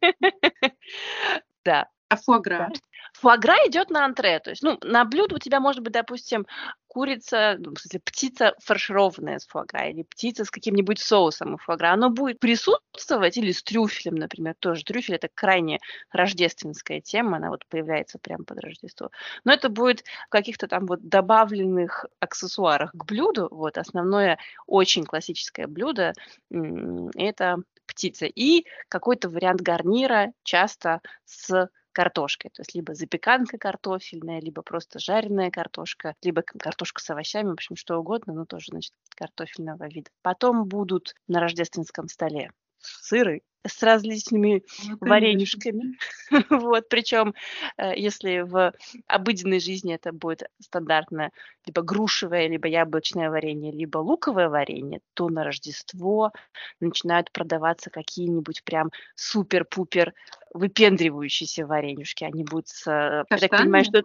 Да. А фуагра? Фуагра идет на антре. То есть, ну, на блюдо у тебя может быть, допустим, курица, ну, в смысле, птица фаршированная с фуагра или птица с каким-нибудь соусом и фуагра. Оно будет присутствовать или с трюфелем, например, тоже. Трюфель – это крайне рождественская тема, она вот появляется прямо под Рождество. Но это будет в каких-то там вот добавленных аксессуарах к блюду. Вот основное очень классическое блюдо м, – это птица. И какой-то вариант гарнира, часто с картошкой, то есть либо запеканка картофельная, либо просто жареная картошка, либо картошка с овощами, в общем, что угодно, но тоже, значит, картофельного вида. Потом будут на рождественском столе сыры с различными Ну, варенюшками. Вот, причем, э, если в обыденной жизни это будет стандартное либо грушевое, либо яблочное варенье, либо луковое варенье, то на Рождество начинают продаваться какие-нибудь прям супер-пупер выпендривающиеся варенюшки. Они будут с... э, Я так понимаю, что...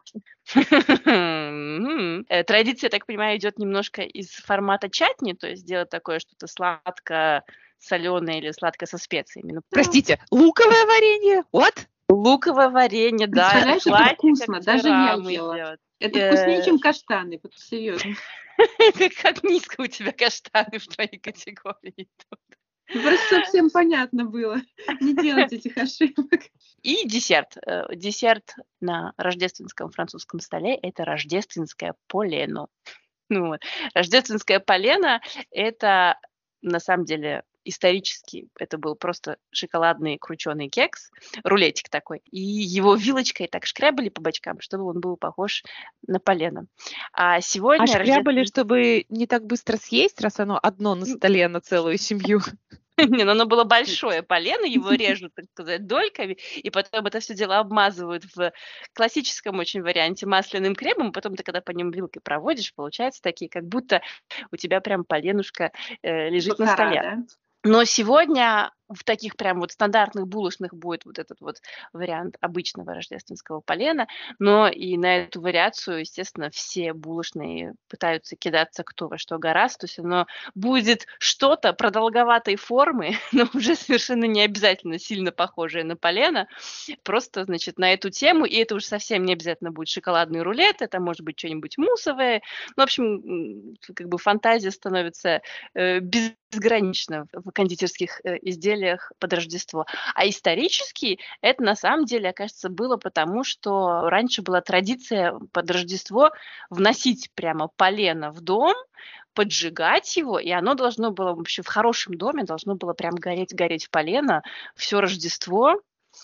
М, э, Традиция, я так понимаю, идет немножко из формата чатни, то есть делать такое что-то сладко соленое или сладкое со специями. Ну, Простите, луковое варенье? Вот? луковое варенье, да, это Представляешь, это классика, вкусно, к даже я пирам ела. идет. Это Э, вкуснее, чем каштаны, вот серьезно. Как как низко у тебя каштаны в твоей категории идут. Просто совсем понятно было. Не делать этих ошибок. И десерт. Э, Десерт на рождественском французском столе – это рождественское полено. Ну, вот. Рождественское полено – это на самом деле исторически это был просто шоколадный крученый кекс, рулетик такой, и его вилочкой так шкрябали по бочкам, чтобы он был похож на полено. А А сегодня шкрябали, рождественское... чтобы не так быстро съесть, раз оно одно на столе на целую семью. Не, ну оно было большое полено, его режут, так сказать, дольками, и потом это все дело обмазывают в классическом очень варианте масляным кремом, и потом ты, когда по нему вилкой проводишь, получается такие, как будто у тебя прям поленушка э, лежит на Бакара, столе. да? Но сегодня в таких прям вот стандартных булочных будет вот этот вот вариант обычного рождественского полена, но и на эту вариацию, естественно, все булочные пытаются кидаться кто во что гораздо, то есть оно будет что-то продолговатой формы, но уже совершенно не обязательно сильно похожее на полено, просто, значит, на эту тему, и это уже совсем не обязательно будет шоколадный рулет, это может быть что-нибудь муссовое, ну, в общем, м, как бы фантазия становится э, безгранична в кондитерских э, изделиях под Рождество. А исторически это на самом деле, окажется, было потому, что раньше была традиция под Рождество вносить прямо полено в дом, поджигать его, и оно должно было вообще в хорошем доме должно было прям гореть, гореть полено все Рождество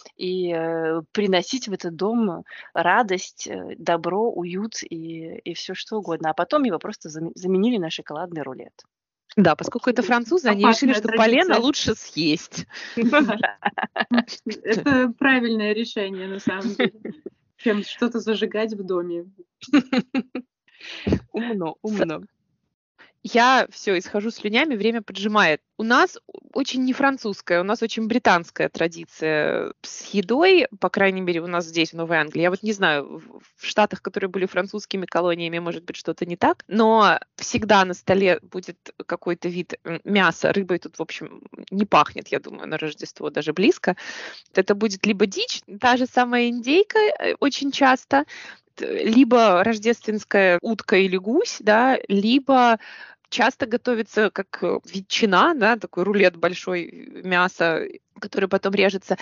и э, приносить в этот дом радость, э, добро, уют и, и все что угодно. А потом его просто зам- заменили на шоколадный рулет. Да, поскольку это французы, они решили, Опасная что традиция. полено лучше съесть. Это правильное решение, на самом деле, чем что-то зажигать в доме. Умно, С- умно. Я все, исхожу слюнями, время поджимает. У нас очень не французская, у нас очень британская традиция с едой, по крайней мере, у нас здесь, в Новой Англии. Я вот не знаю, в в Штатах, которые были французскими колониями, может быть, что-то не так, но всегда на столе будет какой-то вид м, мяса, рыбой тут, в общем, не пахнет, я думаю, на Рождество даже близко. Это будет либо дичь, та же самая индейка э, очень часто, либо рождественская утка или гусь, да, либо часто готовится как э, ветчина, да, такой рулет большой э, мяса, который потом режется.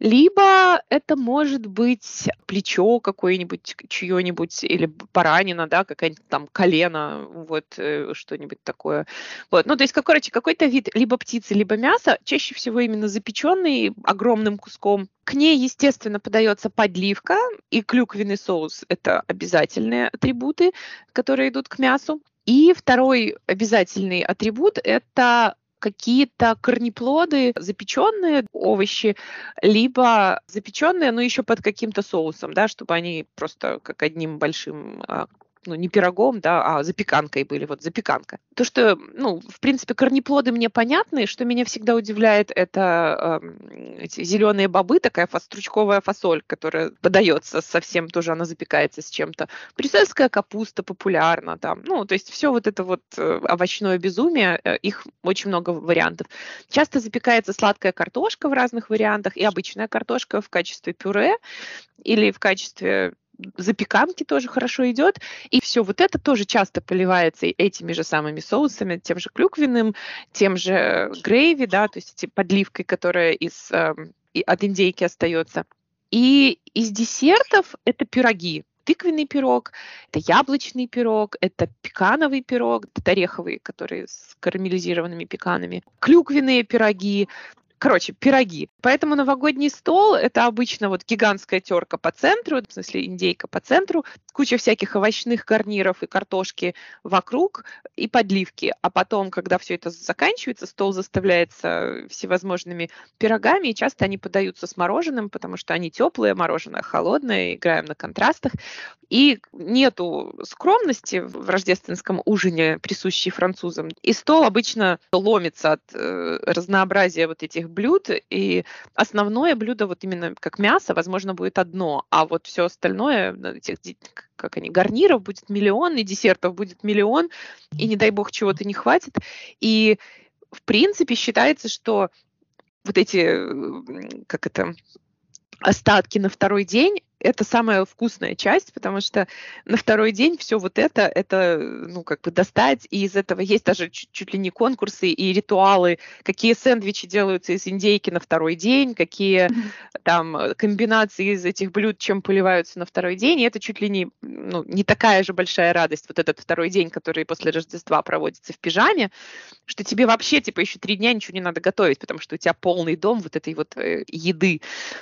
Либо это может быть плечо какое-нибудь, к- чье-нибудь, или б- баранина, да, какая-нибудь там колено, вот э, что-нибудь такое. Вот. Ну, то есть, как, короче, какой-то вид либо птицы, либо мяса, чаще всего именно запеченный огромным куском. К ней, естественно, подается подливка, и клюквенный соус– это обязательные атрибуты, которые идут к мясу. И второй обязательный атрибут– это какие-то корнеплоды, запеченные овощи, либо запеченные, но еще под каким-то соусом, да, чтобы они просто как одним большим, а, ну, не пирогом, да, а запеканкой были, вот запеканка. То, что, ну, в принципе, корнеплоды мне понятны, что меня всегда удивляет, это эм, эти зеленые бобы, такая фа- стручковая фасоль, которая подается совсем тоже, она запекается с чем-то. Брюссельская капуста популярна там. Ну, то есть все вот это вот э, овощное безумие, э, их очень много вариантов. Часто запекается сладкая картошка в разных вариантах и обычная картошка в качестве пюре или в качестве запеканки тоже хорошо идет. И все вот это тоже часто поливается и этими же самыми соусами, тем же клюквенным, тем же грейви, да, то есть эти подливкой, которая из, эм, и от индейки остается. И из десертов это пироги. Тыквенный пирог, это яблочный пирог, это пекановый пирог, это ореховый, который с карамелизированными пеканами, клюквенные пироги. Короче, пироги. Поэтому новогодний стол– это обычно вот гигантская терка по центру, в смысле индейка по центру, куча всяких овощных гарниров и картошки вокруг и подливки. А потом, когда все это заканчивается, стол заставляется всевозможными пирогами, и часто они подаются с мороженым, потому что они теплые, мороженое холодное, играем на контрастах. И нету скромности в рождественском ужине, присущей французам. И стол обычно ломится от э, разнообразия вот этих блюд. И основное блюдо, вот именно как мясо, возможно, будет одно. А вот все остальное, ну, этих, ди- как они, гарниров будет миллион, и десертов будет миллион, и не дай бог чего-то не хватит. И в принципе считается, что вот эти, м, как это, остатки на второй день– это самая вкусная часть, потому что на второй день все вот это, это, ну, как бы достать, и из этого есть даже чуть, чуть ли не конкурсы и ритуалы, какие сэндвичи делаются из индейки на второй день, какие там э, комбинации из этих блюд, чем поливаются на второй день, и это чуть ли не, ну, не такая же большая радость, вот этот второй день, который после Рождества проводится в пижаме, что тебе вообще, типа, еще три дня ничего не надо готовить, потому что у тебя полный дом вот этой вот э, еды.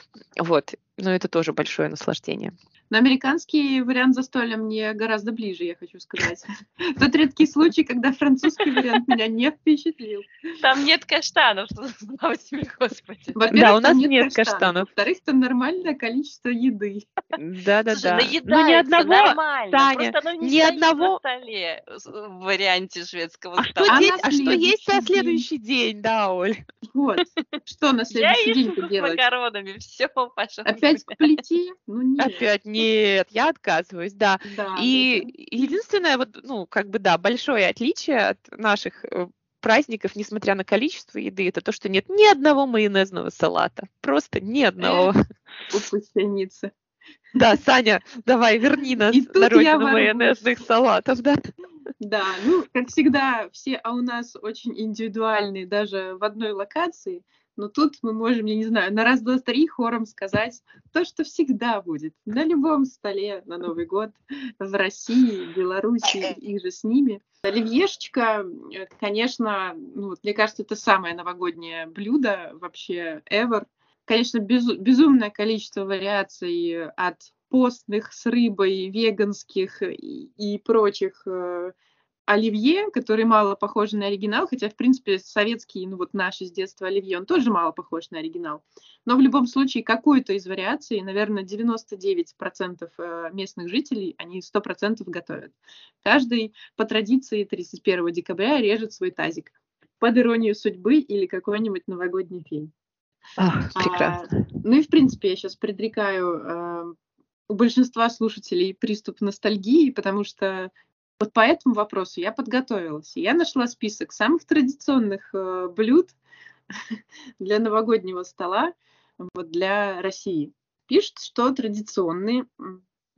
Вот. Но это тоже большое наслаждение. Но американский вариант застолья мне гораздо ближе, я хочу сказать. Тот редкий случай, когда французский вариант меня не впечатлил. Там нет каштанов, слава тебе, Господи. Во-первых, Да, у нас там нет нет каштанов. каштанов. Во-вторых, там нормальное количество еды. Да-да-да. Слушай, Ну, ни наедаются одного, нормально, Таня, просто оно не ни стоит на одного... столе с- в варианте шведского А что, стола. А день, на а что есть на следующий день? следующий день, да, Оль? Вот. Что на Я следующий ищу день-то с делать? макаронами, все, пожалуйста. Опять к плите? Ну нет. Опять нет, я отказываюсь, да. Да, да, И да. единственное, вот, ну, как бы, да, большое отличие от наших э, праздников, несмотря на количество еды, это то, что нет ни одного майонезного салата. Просто ни одного. Упустеница. Да, Саня, давай, верни нас И на тут я родину ворвусь. майонезных салатов, да. Да, ну, как всегда, все, а у нас очень индивидуальные даже в одной локации, но тут мы можем, я не знаю, на раз, два, три хором сказать то, что всегда будет на любом столе на Новый год в России, Беларуси и же с ними. Оливьешечка, э, конечно, ну, вот мне кажется, это самое новогоднее блюдо вообще ever. Конечно, безу- безумное количество вариаций от постных с рыбой, веганских и, и прочих э, оливье, которые мало похожи на оригинал, хотя, в принципе, советский, ну вот наш из детства оливье, он тоже мало похож на оригинал. Но в любом случае, какую-то из вариаций, наверное, девяносто девять процентов э, местных жителей, они сто процентов готовят. Каждый по традиции тридцать первого декабря режет свой тазик под иронию судьбы или какой-нибудь новогодний фильм. Ах, А, прекрасно. ну и, в принципе, я сейчас предрекаю э, у большинства слушателей приступ ностальгии, потому что вот по этому вопросу я подготовилась. И я нашла список самых традиционных э, блюд для новогоднего стола вот, для России. Пишут, что традиционные м,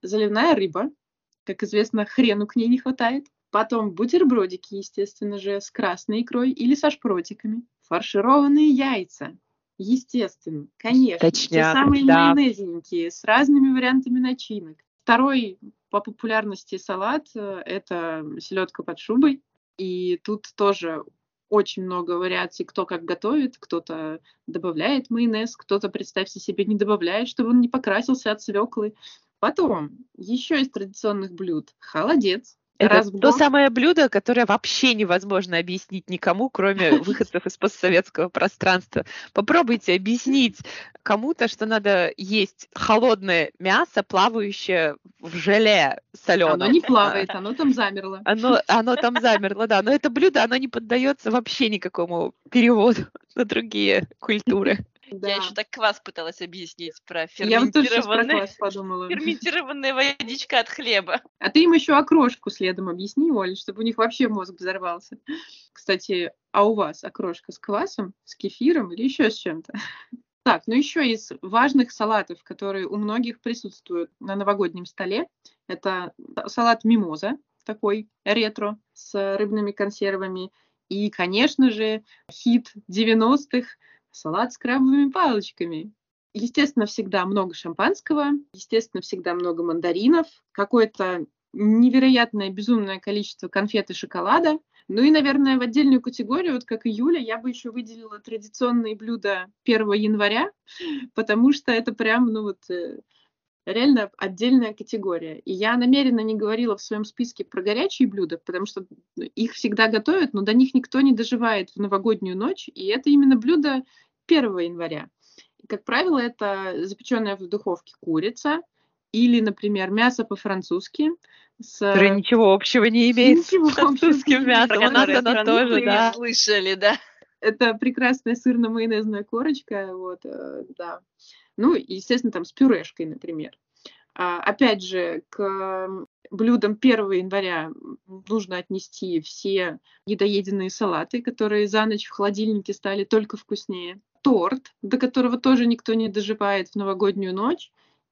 заливная рыба. Как известно, хрену к ней не хватает. Потом бутербродики, естественно же, с красной икрой или со шпротиками. Фаршированные яйца. Естественно, конечно. Те Точняк, самые да. майонезненькие с разными вариантами начинок. Второй по популярности салат э, это селедка под шубой. И тут тоже очень много вариаций, кто как готовит. Кто-то добавляет майонез, кто-то, представьте себе, не добавляет, чтобы он не покрасился от свеклы. Потом еще из традиционных блюд холодец. Это Раз в то год. самое блюдо, которое вообще невозможно объяснить никому, кроме выходцев из постсоветского пространства. Попробуйте объяснить кому-то, что надо есть холодное мясо, плавающее в желе соленом. Оно не плавает, оно там замерло. Оно, оно там замерло, да. Но это блюдо, оно не поддается вообще никакому переводу на другие культуры. Да. Я еще так квас пыталась объяснить про Я вот тоже сейчас про ферментированный, квас подумала. ферментированная водичка от хлеба. А ты им еще окрошку следом объясни, Оля, чтобы у них вообще мозг взорвался. Кстати, а у вас окрошка с квасом, с кефиром или еще с чем-то? Так, ну еще из важных салатов, которые у многих присутствуют на новогоднем столе, это салат мимоза, такой ретро, с рыбными консервами. И, конечно же, хит девяностых салат с крабовыми палочками. Естественно, всегда много шампанского, естественно, всегда много мандаринов, какое-то невероятное, безумное количество конфет и шоколада. Ну и, наверное, в отдельную категорию, вот как и Юля, я бы еще выделила традиционные блюда первого января, потому что это прям, ну вот, э, реально отдельная категория. И я намеренно не говорила в своем списке про горячие блюда, потому что их всегда готовят, но до них никто не доживает в новогоднюю ночь, и это именно блюдо первого января. И, как правило, это запеченная в духовке курица или, например, мясо по-французски. С... Которое ничего общего не имеет Ничего с французским общего. мясом. Про У нас которое оно французы тоже, да. слышали, да. Это прекрасная сырно-майонезная корочка, вот, э, да. Ну, и, естественно, там с пюрешкой, например. А, опять же, к блюдам первого января нужно отнести все недоеденные салаты, которые за ночь в холодильнике стали только вкуснее. Торт, до которого тоже никто не доживает в новогоднюю ночь.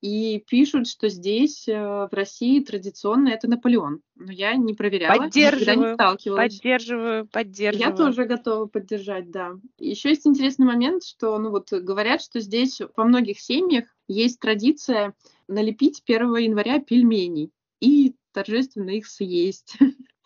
И пишут, что здесь, э, в России, традиционно это Наполеон. Но я не проверяла, никогда не Поддерживаю, сталкивалась. поддерживаю, Я поддерживаю. тоже готова поддержать, да. Еще есть интересный момент, что, ну вот, говорят, что здесь во многих семьях есть традиция налепить первого января пельменей и торжественно их съесть.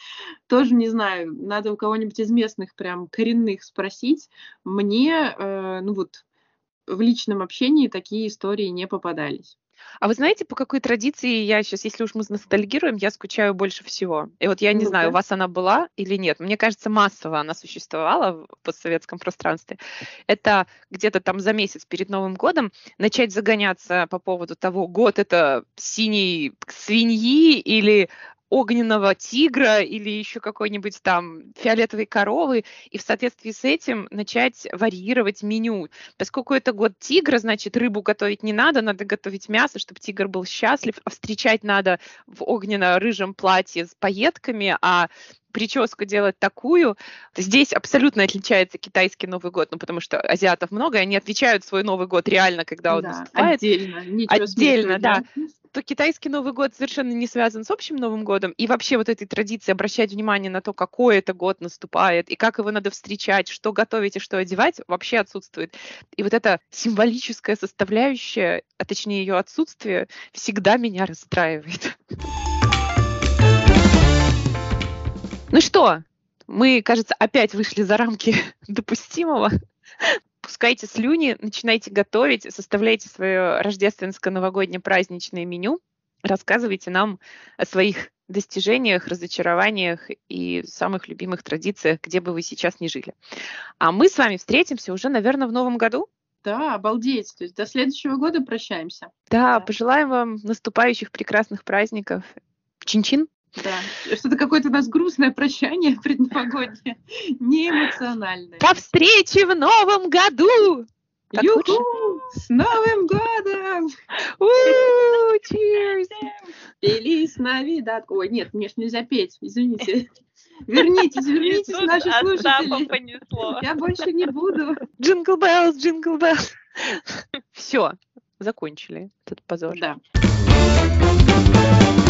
Тоже не знаю, надо у кого-нибудь из местных прям коренных спросить. Мне, э, ну вот, в личном общении такие истории не попадались. А вы знаете, по какой традиции я сейчас, если уж мы ностальгируем, я скучаю больше всего? И вот я не знаю, у Ну-ка. вас она была или нет. Мне кажется, массово она существовала в постсоветском пространстве. Это где-то там за месяц перед Новым годом начать загоняться по поводу того, год это синей свиньи или огненного тигра или еще какой-нибудь там фиолетовой коровы, и в соответствии с этим начать варьировать меню. Поскольку это год тигра, значит, рыбу готовить не надо, надо готовить мясо, чтобы тигр был счастлив, а встречать надо в огненно-рыжем платье с пайетками, а прическу делать такую. Здесь абсолютно отличается китайский Новый год, ну, потому что азиатов много, и они отмечают свой Новый год реально, когда он Да, наступает. отдельно. Ничего Отдельно, смешивать, да. То китайский Новый год совершенно не связан с общим Новым годом, и вообще вот этой традиции обращать внимание на то, какой это год наступает, и как его надо встречать, что готовить и что одевать, вообще отсутствует. И вот эта символическая составляющая, а точнее ее отсутствие, всегда меня расстраивает. Ну что, мы, кажется, опять вышли за рамки допустимого. Пускайте слюни, начинайте готовить, составляйте свое рождественско-новогоднее праздничное меню, рассказывайте нам о своих достижениях, разочарованиях и самых любимых традициях, где бы вы сейчас ни жили. А мы с вами встретимся уже, наверное, в новом году. Да, обалдеть. То есть до следующего года прощаемся. Да, Да. пожелаем вам наступающих прекрасных праздников. Чин-чин. Да. Что-то какое-то у нас грустное прощание предновогоднее, не эмоциональное. До встречи в новом году! Так лучше? Ю-ху! С Новым годом! У, cheers! Фелис Навидад. Ой, нет, мне ж нельзя петь, извините. Вернитесь, вернитесь, Тут наши от Запа слушатели. понесло. Я больше не буду. Джингл беллс, джингл беллс. Все, закончили этот позор. Да.